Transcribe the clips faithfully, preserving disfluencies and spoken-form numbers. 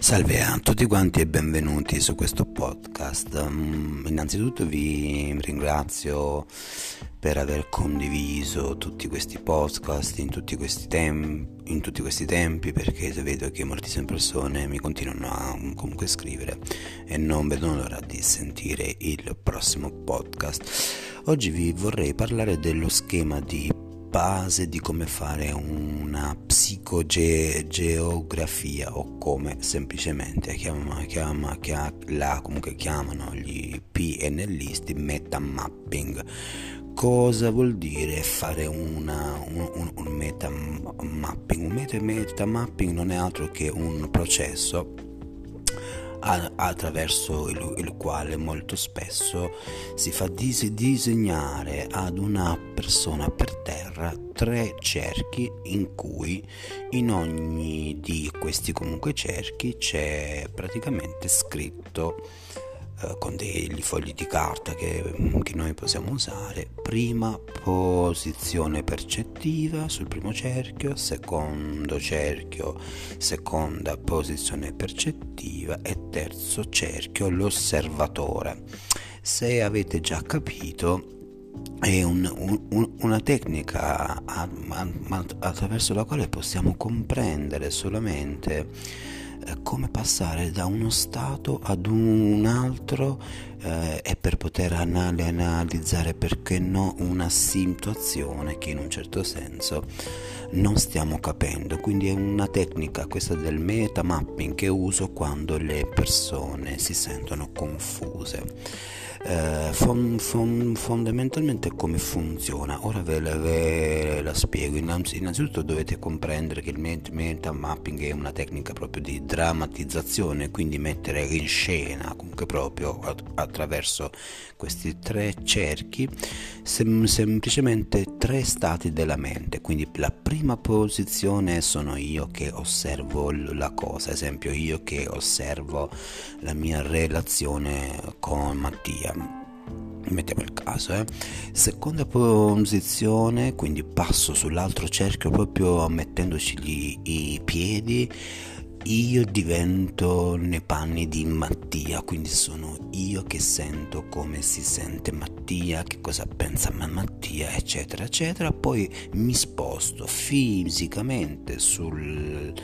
Salve a tutti quanti e benvenuti su questo podcast. Um, innanzitutto vi ringrazio per aver condiviso tutti questi podcast in tutti questi, tem- in tutti questi tempi, perché vedo che moltissime persone mi continuano a comunque scrivere e non vedono l'ora di sentire il prossimo podcast. Oggi vi vorrei parlare dello schema di base di come fare una psicogeografia, o come semplicemente chiama, chiama, chiama, la comunque chiamano gli P N Listi, metamapping. Cosa vuol dire fare una, un, un, un metamapping? Un meta, metamapping non è altro che un processo attraverso il, il quale molto spesso si fa dis- disegnare ad una persona per terra tre cerchi, in cui in ogni di questi comunque cerchi c'è praticamente scritto eh, con degli fogli di carta che, che noi possiamo usare: prima posizione percettiva sul primo cerchio, secondo cerchio seconda posizione percettiva e terzo cerchio l'osservatore. Se avete già capito, è un, un, una tecnica a, a, attraverso la quale possiamo comprendere solamente eh, come passare da uno stato ad un altro eh, e per poter anal- analizzare, perché no, una situazione che in un certo senso non stiamo capendo. Quindi è una tecnica, questa del metamapping, che uso quando le persone si sentono confuse. Uh, fon, fon, fondamentalmente come funziona? Ora ve la, ve la spiego. Innanzi, innanzitutto dovete comprendere che il metamapping è una tecnica proprio di drammatizzazione, quindi mettere in scena comunque proprio attraverso questi tre cerchi sem- semplicemente tre stati della mente. Quindi la prima posizione sono io che osservo la cosa, esempio io che osservo la mia relazione con Mattia, mettiamo il caso, eh. Seconda posizione, quindi passo sull'altro cerchio proprio mettendoci gli, i piedi, io divento nei panni di Mattia, quindi sono io che sento come si sente Mattia, che cosa pensa Mattia, eccetera eccetera. Poi mi sposto fisicamente sul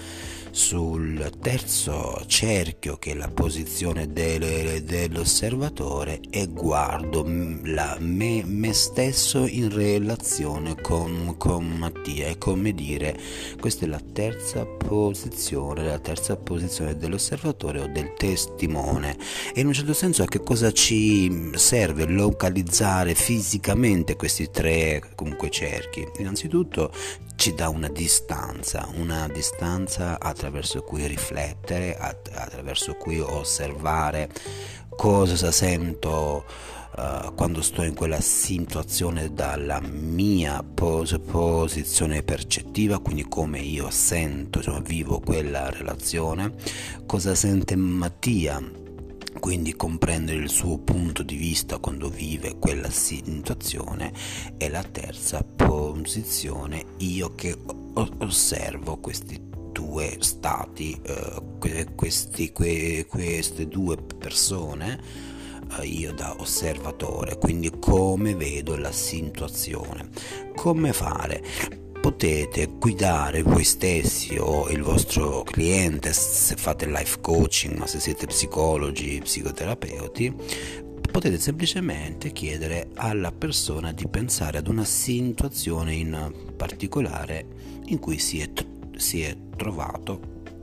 sul terzo cerchio, che è la posizione del, dell'osservatore, e guardo la, me, me stesso in relazione con, con Mattia. È come dire, questa è la terza posizione, la terza posizione dell'osservatore o del testimone. E in un certo senso a che cosa ci serve localizzare fisicamente questi tre comunque cerchi? Innanzitutto ci dà una distanza, una distanza attraverso cui riflettere, attraverso cui osservare cosa sento uh, quando sto in quella situazione dalla mia pos- posizione percettiva, quindi come io sento, insomma, vivo quella relazione, cosa sente Mattia, quindi comprendere il suo punto di vista quando vive quella situazione. E la terza posizione, io che osservo questi due stati, eh, questi, que, queste due persone, eh, io da osservatore, quindi come vedo la situazione. Come fare? Potete guidare voi stessi o il vostro cliente, se fate life coaching, ma se siete psicologi, psicoterapeuti, potete semplicemente chiedere alla persona di pensare ad una situazione in particolare in cui si è, si è trovato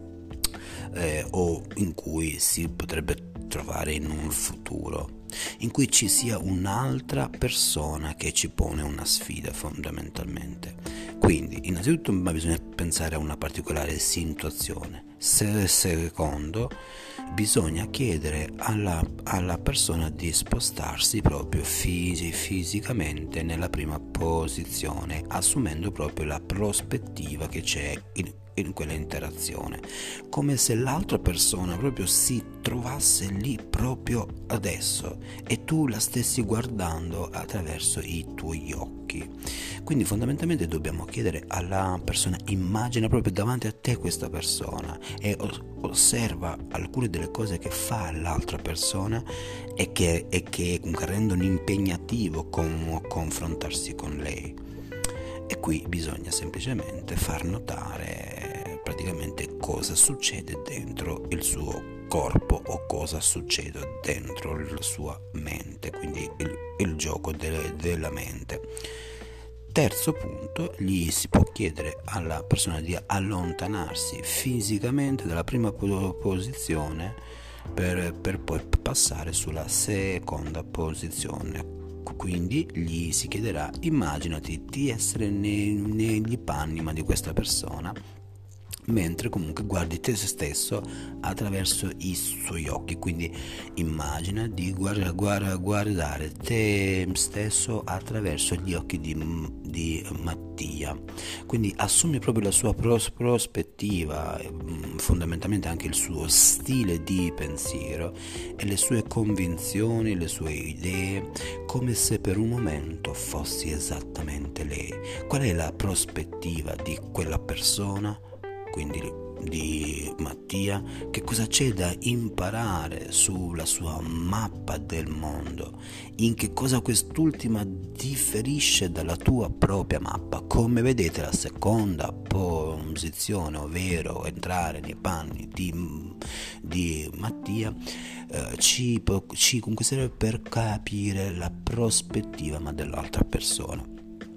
eh, o in cui si potrebbe trovare in un futuro, in cui ci sia un'altra persona che ci pone una sfida fondamentalmente. Quindi innanzitutto bisogna pensare a una particolare situazione. Se, secondo, bisogna chiedere alla, alla persona di spostarsi proprio fisi, fisicamente nella prima posizione, assumendo proprio la prospettiva che c'è in, in quella interazione, come se l'altra persona proprio si trovasse lì proprio adesso e tu la stessi guardando attraverso i tuoi occhi. Quindi fondamentalmente dobbiamo chiedere alla persona: immagina proprio davanti a te questa persona e osserva alcune delle cose che fa l'altra persona e che, e che rendono impegnativo con, confrontarsi con lei. E qui bisogna semplicemente far notare praticamente cosa succede dentro il suo corpo o cosa succede dentro la sua mente, quindi il, il gioco de, della mente. Terzo punto, gli si può chiedere alla persona di allontanarsi fisicamente dalla prima posizione per, per poi passare sulla seconda posizione. Quindi gli si chiederà: immaginati di essere nei, negli panni di questa persona, mentre comunque guardi te stesso attraverso i suoi occhi. Quindi immagina di guarda, guarda, guardare te stesso attraverso gli occhi di, di Mattia. Quindi assumi proprio la sua pros- prospettiva, fondamentalmente anche il suo stile di pensiero e le sue convinzioni, le sue idee, come se per un momento fossi esattamente lei. Qual è la prospettiva di quella persona? Quindi di Mattia, che cosa c'è da imparare sulla sua mappa del mondo, in che cosa quest'ultima differisce dalla tua propria mappa. Come vedete, la seconda posizione, ovvero entrare nei panni di, di Mattia, eh, ci, ci comunque serve per capire la prospettiva ma dell'altra persona.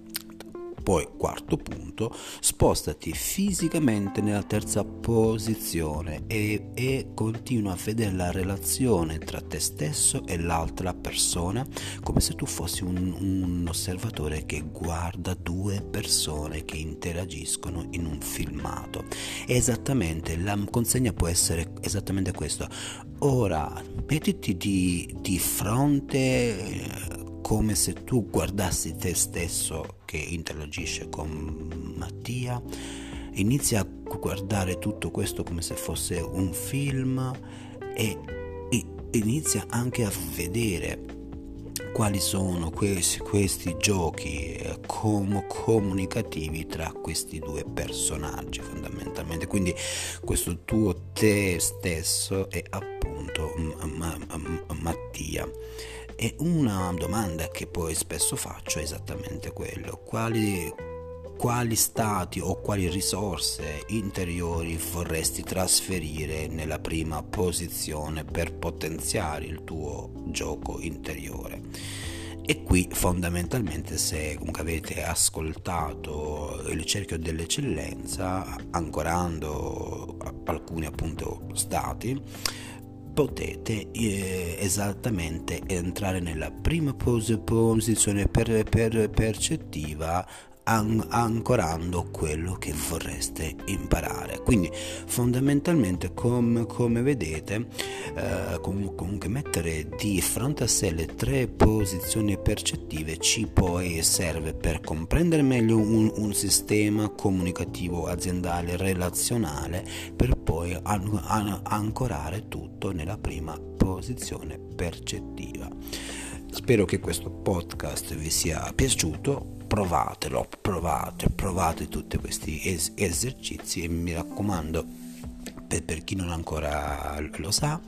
Poi, quarto punto, spostati fisicamente nella terza posizione e, e continua a vedere la relazione tra te stesso e l'altra persona come se tu fossi un, un osservatore che guarda due persone che interagiscono in un filmato. Esattamente, la consegna può essere esattamente questo. Ora, mettiti di, di fronte eh, come se tu guardassi te stesso che interagisce con Mattia, inizia a guardare tutto questo come se fosse un film e, e inizia anche a vedere quali sono questi, questi giochi eh, com- comunicativi tra questi due personaggi fondamentalmente. Quindi questo tuo te stesso è appunto m- m- m- Mattia. E una domanda che poi spesso faccio è esattamente quello: quali, quali stati o quali risorse interiori vorresti trasferire nella prima posizione per potenziare il tuo gioco interiore? E qui fondamentalmente, se comunque avete ascoltato il cerchio dell'eccellenza, ancorando alcuni appunto stati, potete eh, esattamente entrare nella prima pos- posizione per, per percettiva, an- ancorando quello che vorreste imparare. Quindi fondamentalmente, com- come vedete, eh, com- comunque mettere di fronte a sé le tre posizioni percettive ci poi serve per comprendere meglio un, un sistema comunicativo aziendale relazionale, per poi an- an- ancorare tutto nella prima posizione percettiva. Spero che questo podcast vi sia piaciuto. Provatelo, provate, provate tutti questi es- esercizi e mi raccomando, per, per chi non ancora lo sa,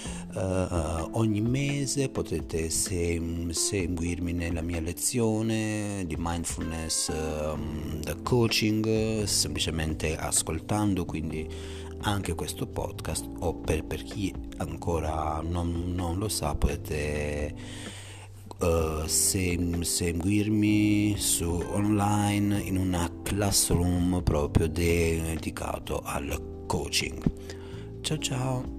uh, ogni mese potete se- seguirmi nella mia lezione di mindfulness um, da coaching, semplicemente ascoltando quindi anche questo podcast, o per, per chi ancora non, non lo sa potete Uh, se, seguirmi su online in una classroom proprio dedicato al coaching. Ciao ciao.